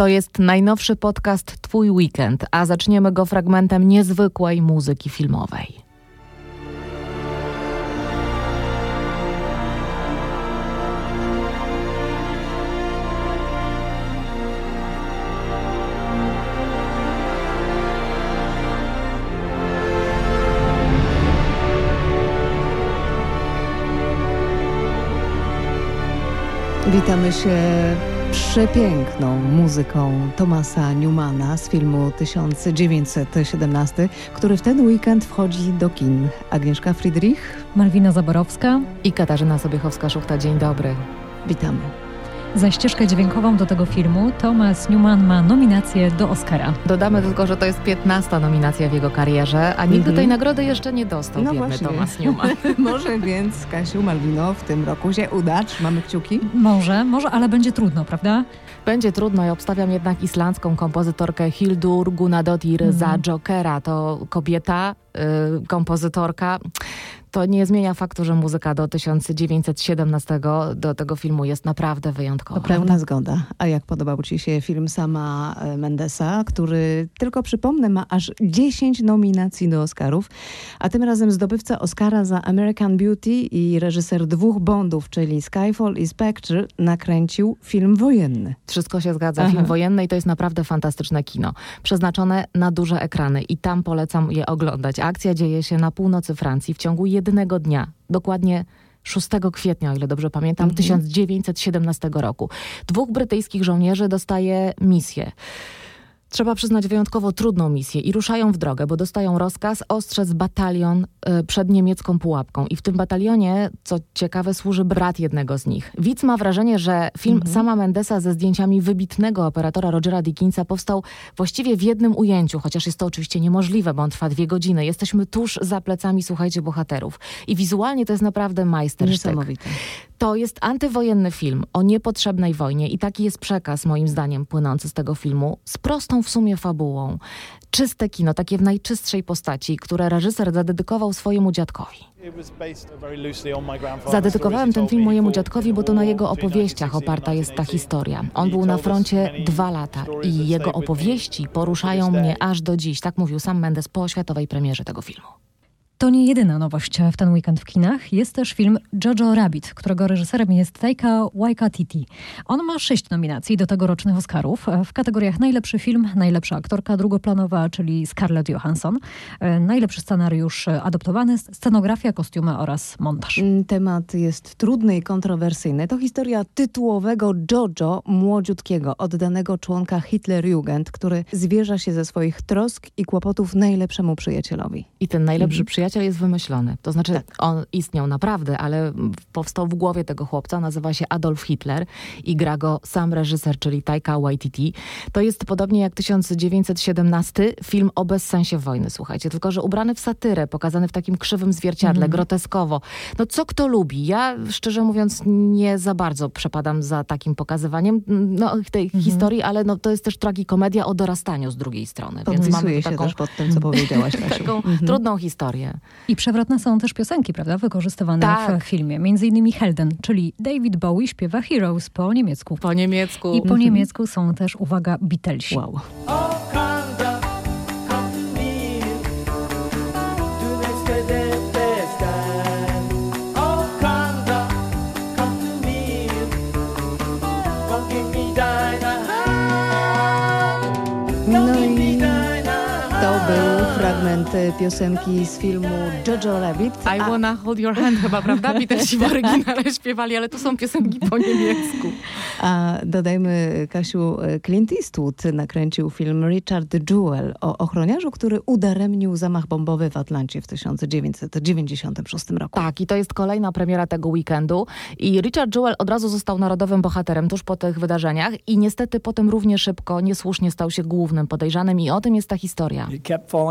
To jest najnowszy podcast Twój Weekend, a zaczniemy go fragmentem niezwykłej muzyki filmowej. Witamy się przepiękną muzyką Thomasa Newmana z filmu 1917, który w ten weekend wchodzi do kin. Agnieszka Friedrich, Malwina Zaborowska i Katarzyna Sobiechowska-Szuchta. Dzień dobry. Witamy. Za ścieżkę dźwiękową do tego filmu Thomas Newman ma nominację do Oscara. Dodamy tylko, że to jest 15. nominacja w jego karierze, a nigdy tej nagrody jeszcze nie dostał, biedny Thomas Newman. Może więc, Kasiu, Malwino, w tym roku się uda. Trzymamy kciuki. Może, ale będzie trudno, prawda? Będzie trudno i obstawiam jednak islandzką kompozytorkę Hildur Guðnadóttir za Jokera. To kobieta, kompozytorka. To nie zmienia faktu, że muzyka do 1917 do tego filmu jest naprawdę wyjątkowa. To pełna zgoda. A jak podobał Ci się film Sama Mendesa, który, tylko przypomnę, ma aż 10 nominacji do Oscarów, a tym razem zdobywca Oscara za American Beauty i reżyser 2 Bondów, czyli Skyfall i Spectre, nakręcił film wojenny. Wszystko się zgadza. Film wojenny i to jest naprawdę fantastyczne kino. Przeznaczone na duże ekrany i tam polecam je oglądać. Akcja dzieje się na północy Francji w ciągu jednego dnia, dokładnie 6 kwietnia, o ile dobrze pamiętam, 1917 roku. 2 brytyjskich żołnierzy dostaje misję. Trzeba przyznać wyjątkowo trudną misję i ruszają w drogę, bo dostają rozkaz ostrzec batalion przed niemiecką pułapką. I w tym batalionie, co ciekawe, służy brat jednego z nich. Widz ma wrażenie, że film Sama Mendesa ze zdjęciami wybitnego operatora Rogera Dickinsa powstał właściwie w jednym ujęciu, chociaż jest to oczywiście niemożliwe, bo on trwa 2 godziny. Jesteśmy tuż za plecami, słuchajcie, bohaterów. I wizualnie to jest naprawdę majstersztyk. Niesamowite. To jest antywojenny film o niepotrzebnej wojnie i taki jest przekaz, moim zdaniem, płynący z tego filmu, z prostą w sumie fabułą. Czyste kino, takie w najczystszej postaci, które reżyser zadedykował swojemu dziadkowi. Zadedykowałem ten film mojemu dziadkowi, bo to na jego opowieściach oparta jest ta historia. On był na froncie 2 lata i jego opowieści poruszają mnie aż do dziś. Tak mówił Sam Mendes po światowej premierze tego filmu. To nie jedyna nowość w ten weekend w kinach. Jest też film Jojo Rabbit, którego reżyserem jest Taika Waititi. On ma 6 nominacji do tegorocznych Oscarów w kategoriach najlepszy film, najlepsza aktorka drugoplanowa, czyli Scarlett Johansson, najlepszy scenariusz adoptowany, scenografia, kostiumy oraz montaż. Temat jest trudny i kontrowersyjny. To historia tytułowego Jojo, młodziutkiego, oddanego członka Hitlerjugend, który zwierza się ze swoich trosk i kłopotów najlepszemu przyjacielowi. I ten najlepszy przyjaciel jest wymyślony. To znaczy, on istniał naprawdę, ale powstał w głowie tego chłopca. Nazywa się Adolf Hitler i gra go sam reżyser, czyli Taika Waititi. To jest podobnie jak 1917 film o bezsensie wojny, słuchajcie. Tylko że ubrany w satyrę, pokazany w takim krzywym zwierciadle, groteskowo. No co kto lubi? Ja, szczerze mówiąc, nie za bardzo przepadam za takim pokazywaniem tej historii, ale to jest też tragikomedia o dorastaniu z drugiej strony. Więc mamy taką, się też pod tym, co powiedziałaś, taką trudną historię. I przewrotne są też piosenki, prawda, wykorzystywane w filmie. Między innymi Helden, czyli David Bowie śpiewa Heroes po niemiecku. Po niemiecku. I po niemiecku są też, uwaga, Beatlesi. Wow. Fragment piosenki z filmu Jojo Rabbit. I wanna hold your hand chyba, prawda? Beatlesi w oryginale śpiewali, ale tu są piosenki po niemiecku. A dodajmy, Kasiu, Clint Eastwood nakręcił film Richard Jewell o ochroniarzu, który udaremnił zamach bombowy w Atlancie w 1996 roku. Tak, i to jest kolejna premiera tego weekendu. I Richard Jewell od razu został narodowym bohaterem tuż po tych wydarzeniach i niestety potem równie szybko, niesłusznie stał się głównym podejrzanym i o tym jest ta historia.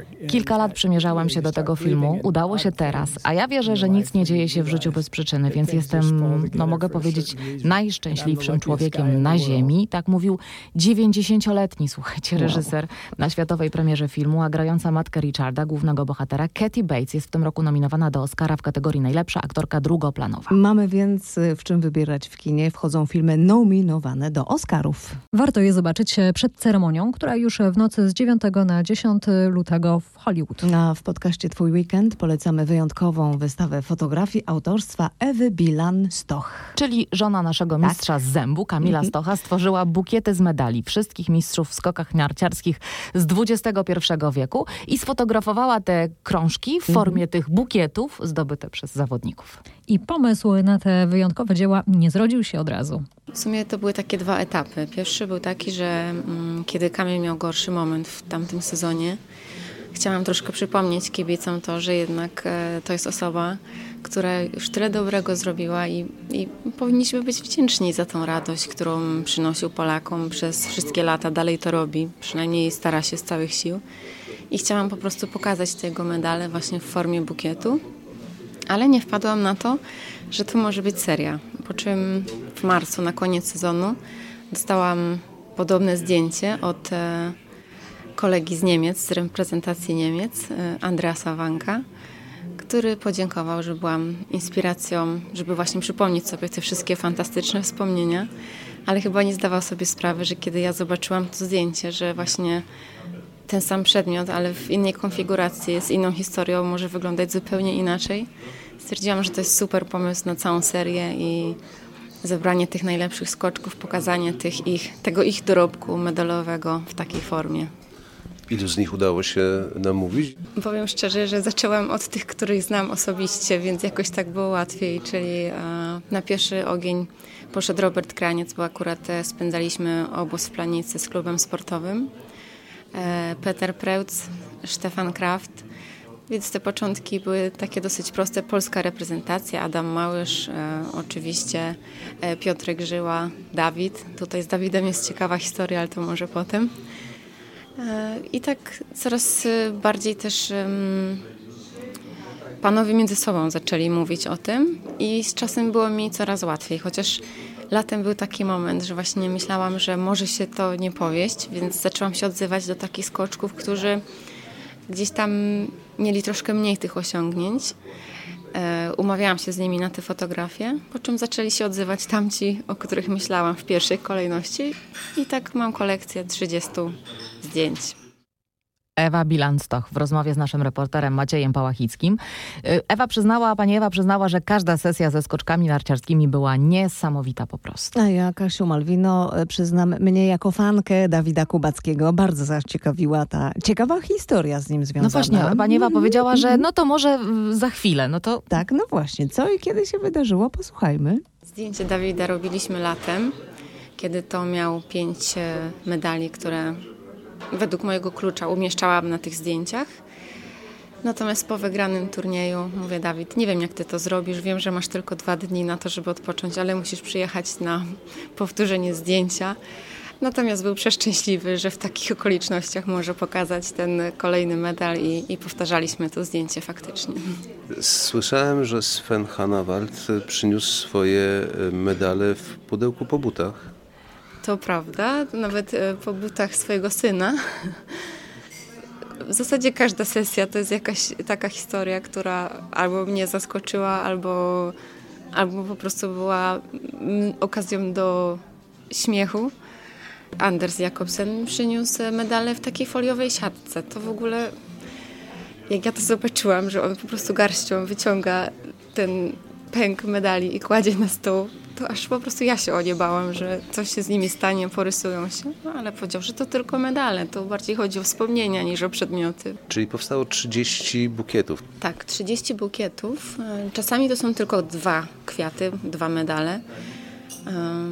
Kilka lat przymierzałam się do tego filmu, udało się teraz, a ja wierzę, że nic nie dzieje się w życiu bez przyczyny, więc jestem, mogę powiedzieć, najszczęśliwszym człowiekiem na ziemi. Tak mówił 90-letni, słuchajcie, reżyser na światowej premierze filmu, a grająca matkę Richarda, głównego bohatera, Kathy Bates, jest w tym roku nominowana do Oscara w kategorii najlepsza aktorka drugoplanowa. Mamy więc w czym wybierać w kinie. Wchodzą filmy nominowane do Oscarów. Warto je zobaczyć przed ceremonią, która już w nocy z 9 na 10 lutego w Hollywood. A w podcaście Twój Weekend polecamy wyjątkową wystawę fotografii autorstwa Ewy Bilan-Stoch. Czyli żona naszego mistrza z zębu, Kamila Stocha, stworzyła bukiety z medali wszystkich mistrzów w skokach narciarskich z XXI wieku i sfotografowała te krążki w formie tych bukietów zdobyte przez zawodników. I pomysł na te wyjątkowe dzieła nie zrodził się od razu. W sumie to były takie dwa etapy. Pierwszy był taki, że kiedy Kamil miał gorszy moment w tamtym sezonie, chciałam troszkę przypomnieć kibicom to, że jednak to jest osoba, która już tyle dobrego zrobiła i powinniśmy być wdzięczni za tą radość, którą przynosił Polakom przez wszystkie lata. Dalej to robi, przynajmniej stara się z całych sił. I chciałam po prostu pokazać te jego medale właśnie w formie bukietu, ale nie wpadłam na to, że to może być seria. Po czym w marcu, na koniec sezonu, dostałam podobne zdjęcie od kolegi z Niemiec, z reprezentacji Niemiec, Andreasa Wanka, który podziękował, że byłam inspiracją, żeby właśnie przypomnieć sobie te wszystkie fantastyczne wspomnienia, ale chyba nie zdawał sobie sprawy, że kiedy ja zobaczyłam to zdjęcie, że właśnie ten sam przedmiot, ale w innej konfiguracji, z inną historią, może wyglądać zupełnie inaczej, stwierdziłam, że to jest super pomysł na całą serię i zebranie tych najlepszych skoczków, pokazanie tego ich dorobku medalowego w takiej formie. Ilu z nich udało się namówić? Powiem szczerze, że zaczęłam od tych, których znam osobiście, więc jakoś tak było łatwiej, czyli na pierwszy ogień poszedł Robert Kraniec, bo akurat spędzaliśmy obóz w Planicy z klubem sportowym. Peter Preutz, Stefan Kraft, więc te początki były takie dosyć proste. Polska reprezentacja, Adam Małysz, oczywiście Piotrek Żyła, Dawid. Tutaj z Dawidem jest ciekawa historia, ale to może potem. I tak coraz bardziej też panowie między sobą zaczęli mówić o tym i z czasem było mi coraz łatwiej, chociaż latem był taki moment, że właśnie myślałam, że może się to nie powieść, więc zaczęłam się odzywać do takich skoczków, którzy gdzieś tam mieli troszkę mniej tych osiągnięć. Umawiałam się z nimi na te fotografie, po czym zaczęli się odzywać tamci, o których myślałam w pierwszej kolejności i tak mam kolekcję 30 zdjęć. Ewa Bilan-Stoch w rozmowie z naszym reporterem Maciejem Pałachickim. Pani Ewa przyznała, że każda sesja ze skoczkami narciarskimi była niesamowita po prostu. A ja, Kasiu Malwino, przyznam, mnie jako fankę Dawida Kubackiego bardzo zaciekawiła ta ciekawa historia z nim związana. No właśnie, pani Ewa powiedziała, że no to może za chwilę. No to... Tak, no właśnie. Co i kiedy się wydarzyło? Posłuchajmy. Zdjęcie Dawida robiliśmy latem, kiedy to miał 5 medali, które według mojego klucza umieszczałam na tych zdjęciach. Natomiast po wygranym turnieju mówię: Dawid, nie wiem jak ty to zrobisz, wiem, że masz tylko 2 dni na to, żeby odpocząć, ale musisz przyjechać na powtórzenie zdjęcia. Natomiast był przeszczęśliwy, że w takich okolicznościach może pokazać ten kolejny medal i powtarzaliśmy to zdjęcie faktycznie. Słyszałem, że Sven Hannawald przyniósł swoje medale w pudełku po butach. To prawda, nawet po butach swojego syna. W zasadzie każda sesja to jest jakaś taka historia, która albo mnie zaskoczyła, albo po prostu była okazją do śmiechu. Anders Jakobsen przyniósł medale w takiej foliowej siatce. To w ogóle, jak ja to zobaczyłam, że on po prostu garścią wyciąga ten pęk medali i kładzie na stół, to aż po prostu ja się o nie bałam, że coś się z nimi stanie, porysują się. No, ale powiedział, że to tylko medale, to bardziej chodzi o wspomnienia niż o przedmioty. Czyli powstało 30 bukietów. Tak, 30 bukietów. Czasami to są tylko 2 kwiaty, 2 medale.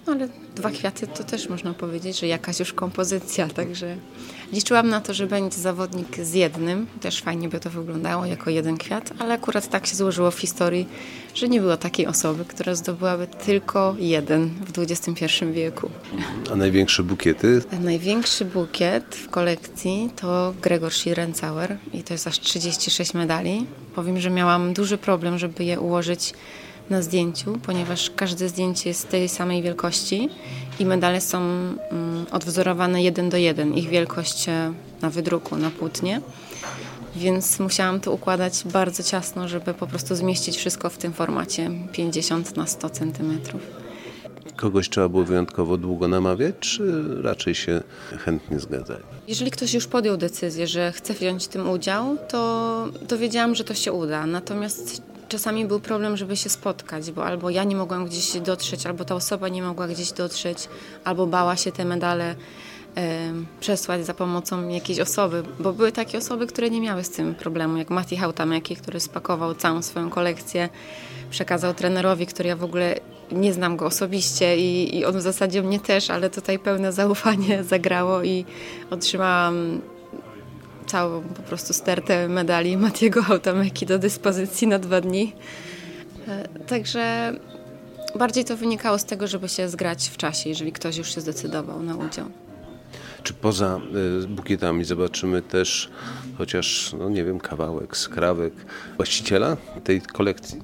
Ale 2 kwiaty to też można powiedzieć, że jakaś już kompozycja, także liczyłam na to, że będzie zawodnik z jednym. Też fajnie by to wyglądało jako 1 kwiat, ale akurat tak się złożyło w historii, że nie było takiej osoby, która zdobyłaby tylko 1 w XXI wieku. A największe bukiety? Największy bukiet w kolekcji to Gregor Schlierenzauer i to jest aż 36 medali. Powiem, że miałam duży problem, żeby je ułożyć na zdjęciu, ponieważ każde zdjęcie jest tej samej wielkości i medale są odwzorowane 1:1, ich wielkość na wydruku, na płótnie. Więc musiałam to układać bardzo ciasno, żeby po prostu zmieścić wszystko w tym formacie 50 na 100 centymetrów. Kogoś trzeba było wyjątkowo długo namawiać, czy raczej się chętnie zgadzali? Jeżeli ktoś już podjął decyzję, że chce wziąć w tym udział, to wiedziałam, że to się uda. Natomiast czasami był problem, żeby się spotkać, bo albo ja nie mogłam gdzieś dotrzeć, albo ta osoba nie mogła gdzieś dotrzeć, albo bała się te medale przesłać za pomocą jakiejś osoby, bo były takie osoby, które nie miały z tym problemu, jak Matti Hautamäki, który spakował całą swoją kolekcję, przekazał trenerowi, który ja w ogóle nie znam go osobiście i on w zasadzie mnie też, ale tutaj pełne zaufanie zagrało i otrzymałam całą po prostu stertę medali Mattiego Hautamäki do dyspozycji na 2 dni. Także bardziej to wynikało z tego, żeby się zgrać w czasie, jeżeli ktoś już się zdecydował na udział. Czy poza bukietami zobaczymy też chociaż, no nie wiem, kawałek, skrawek właściciela tej kolekcji?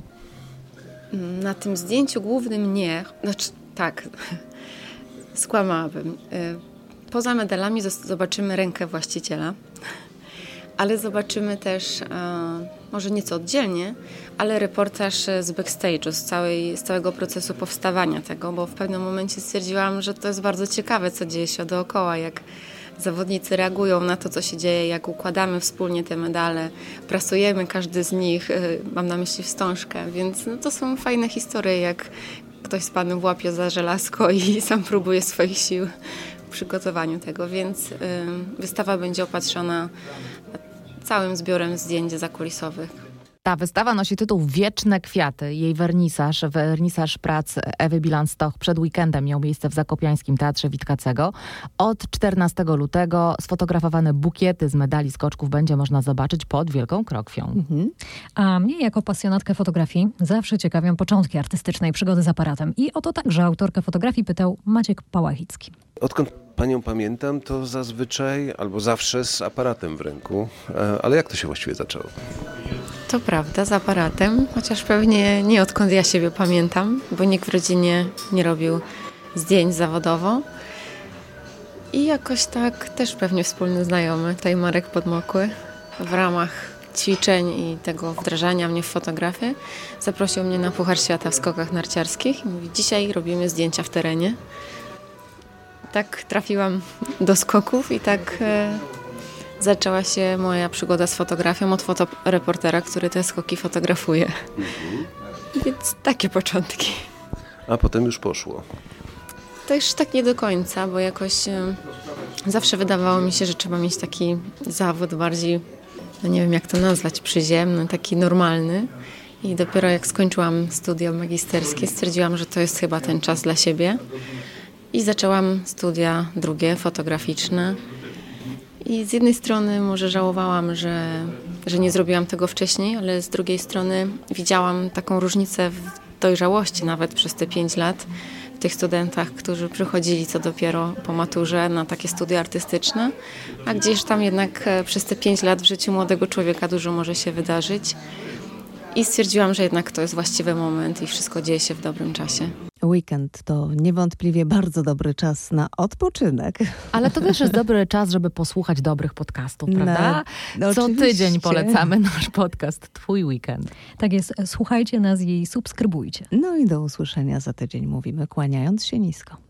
Na tym zdjęciu głównym nie. Znaczy tak, skłamałabym. Poza medalami zobaczymy rękę właściciela, ale zobaczymy też, może nieco oddzielnie, ale reportaż z backstage'u, z całego procesu powstawania tego, bo w pewnym momencie stwierdziłam, że to jest bardzo ciekawe, co dzieje się dookoła, jak zawodnicy reagują na to, co się dzieje, jak układamy wspólnie te medale, prasujemy każdy z nich, mam na myśli wstążkę, więc no, to są fajne historie, jak ktoś z panem łapie za żelazko i sam próbuje swoich sił w przygotowaniu tego, więc wystawa będzie opatrzona całym zbiorem zdjęć zakulisowych. Ta wystawa nosi tytuł Wieczne kwiaty. Jej wernisaż prac Ewy Bilan-Stoch przed weekendem miał miejsce w Zakopiańskim Teatrze Witkacego. Od 14 lutego sfotografowane bukiety z medali skoczków będzie można zobaczyć pod Wielką Krokwią. A mnie jako pasjonatkę fotografii zawsze ciekawią początki artystycznej przygody z aparatem. I o to także autorkę fotografii pytał Maciek Pałachicki. Odkąd panią pamiętam, to zazwyczaj albo zawsze z aparatem w ręku. Ale jak to się właściwie zaczęło? To prawda, z aparatem, chociaż pewnie nie odkąd ja siebie pamiętam, bo nikt w rodzinie nie robił zdjęć zawodowo. I jakoś tak też pewnie wspólny znajomy, tutaj Marek Podmokły, w ramach ćwiczeń i tego wdrażania mnie w fotografię, zaprosił mnie na Puchar Świata w skokach narciarskich i mówi, dzisiaj robimy zdjęcia w terenie. Tak trafiłam do skoków i tak zaczęła się moja przygoda z fotografią od fotoreportera, który te skoki fotografuje. Więc takie początki. A potem już poszło. To już tak nie do końca, bo jakoś zawsze wydawało mi się, że trzeba mieć taki zawód bardziej, no nie wiem jak to nazwać, przyziemny, taki normalny. I dopiero jak skończyłam studia magisterskie, stwierdziłam, że to jest chyba ten czas dla siebie. I zaczęłam studia drugie, fotograficzne. I z jednej strony może żałowałam, że nie zrobiłam tego wcześniej, ale z drugiej strony widziałam taką różnicę w dojrzałości nawet przez te 5 lat w tych studentach, którzy przychodzili co dopiero po maturze na takie studia artystyczne, a gdzieś tam jednak przez te 5 lat w życiu młodego człowieka dużo może się wydarzyć. I stwierdziłam, że jednak to jest właściwy moment i wszystko dzieje się w dobrym czasie. Weekend to niewątpliwie bardzo dobry czas na odpoczynek. Ale to też jest dobry czas, żeby posłuchać dobrych podcastów, prawda? No, Co oczywiście. tydzień polecamy nasz podcast Twój Weekend. Tak jest, słuchajcie nas i subskrybujcie. No i do usłyszenia za tydzień mówimy, kłaniając się nisko.